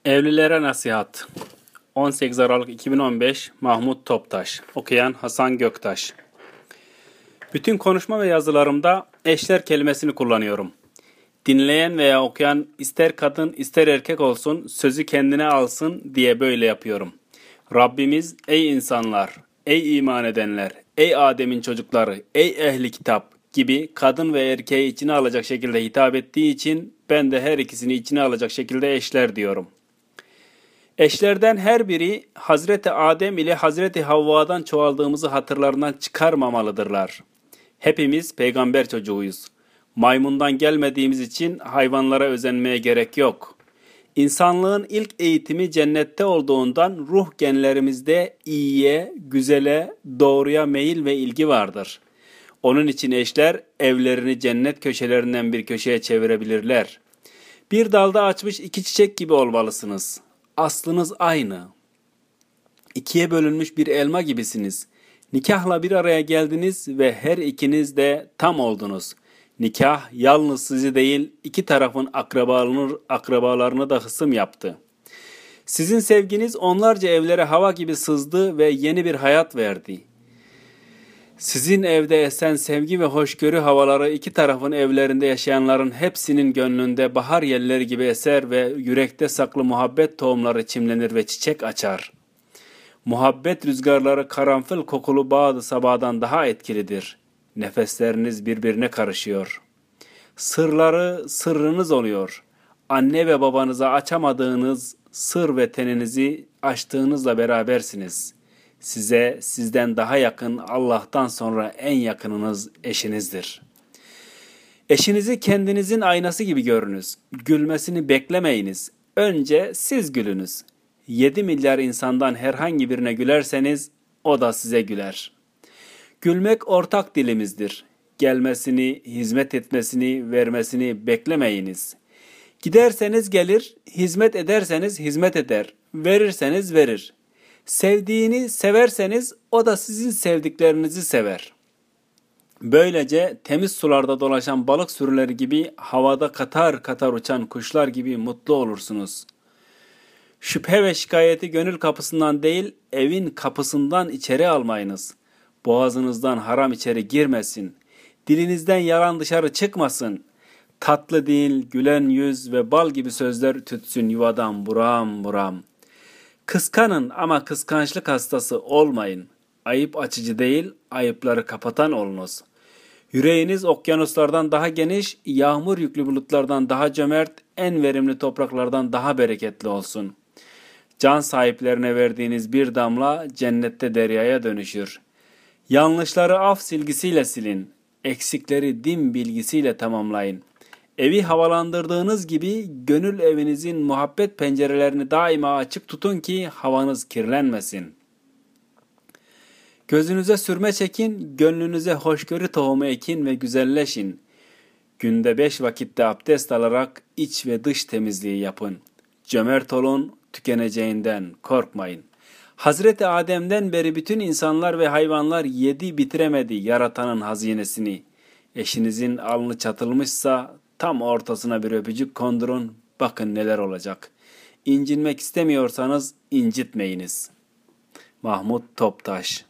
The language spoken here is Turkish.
Evlilere Nasihat 18 Aralık 2015 Mahmut Toptaş. Okuyan Hasan Göktaş. Bütün konuşma ve yazılarımda eşler kelimesini kullanıyorum. Dinleyen veya okuyan ister kadın ister erkek olsun sözü kendine alsın diye böyle yapıyorum. Rabbimiz ey insanlar, ey iman edenler, ey Adem'in çocukları, ey ehli kitap gibi kadın ve erkeği içine alacak şekilde hitap ettiği için ben de her ikisini içine alacak şekilde eşler diyorum. Eşlerden her biri Hazreti Adem ile Hazreti Havva'dan çoğaldığımızı hatırlarından çıkarmamalıdırlar. Hepimiz peygamber çocuğuyuz. Maymundan gelmediğimiz için hayvanlara özenmeye gerek yok. İnsanlığın ilk eğitimi cennette olduğundan ruh genlerimizde iyiye, güzele, doğruya meyil ve ilgi vardır. Onun için eşler evlerini cennet köşelerinden bir köşeye çevirebilirler. Bir dalda açmış iki çiçek gibi olmalısınız. Aslınız aynı. İkiye bölünmüş bir elma gibisiniz. Nikahla bir araya geldiniz ve her ikiniz de tam oldunuz. Nikah yalnız sizi değil, iki tarafın akrabalarını da hısım yaptı. Sizin sevginiz onlarca evlere hava gibi sızdı ve yeni bir hayat verdi. Sizin evde esen sevgi ve hoşgörü havaları iki tarafın evlerinde yaşayanların hepsinin gönlünde bahar yelleri gibi eser ve yürekte saklı muhabbet tohumları çimlenir ve çiçek açar. Muhabbet rüzgarları karanfil kokulu bağ sabahdan daha etkilidir. Nefesleriniz birbirine karışıyor. Sırları sırrınız oluyor. Anne ve babanıza açamadığınız sır ve teninizi açtığınızla berabersiniz. Size sizden daha yakın Allah'tan sonra en yakınınız eşinizdir. Eşinizi kendinizin aynası gibi görünüz. Gülmesini beklemeyiniz. Önce siz gülünüz. 7 milyar insandan herhangi birine gülerseniz o da size güler. Gülmek ortak dilimizdir. Gelmesini, hizmet etmesini, vermesini beklemeyiniz. Giderseniz gelir, hizmet ederseniz hizmet eder, verirseniz verir. Sevdiğini severseniz o da sizin sevdiklerinizi sever. Böylece temiz sularda dolaşan balık sürüleri gibi havada katar katar uçan kuşlar gibi mutlu olursunuz. Şüphe ve şikayeti gönül kapısından değil evin kapısından içeri almayınız. Boğazınızdan haram içeri girmesin. Dilinizden yalan dışarı çıkmasın. Tatlı dil, gülen yüz ve bal gibi sözler tütsün yuvadan buram buram. Kıskanın ama kıskançlık hastası olmayın. Ayıp açıcı değil, ayıpları kapatan olunuz. Yüreğiniz okyanuslardan daha geniş, yağmur yüklü bulutlardan daha cömert, en verimli topraklardan daha bereketli olsun. Can sahiplerine verdiğiniz bir damla cennette deryaya dönüşür. Yanlışları af silgisiyle silin, eksikleri dim bilgisiyle tamamlayın. Evi havalandırdığınız gibi gönül evinizin muhabbet pencerelerini daima açık tutun ki havanız kirlenmesin. Gözünüze sürme çekin, gönlünüze hoşgörü tohumu ekin ve güzelleşin. Günde 5 vakitte abdest alarak iç ve dış temizliği yapın. Cömert olun, tükeneceğinden korkmayın. Hazreti Adem'den beri bütün insanlar ve hayvanlar yedi bitiremedi yaratanın hazinesini. Eşinizin alnı çatılmışsa tam ortasına bir öpücük kondurun, bakın neler olacak. İncinmek istemiyorsanız incitmeyiniz. Mahmut Toptaş.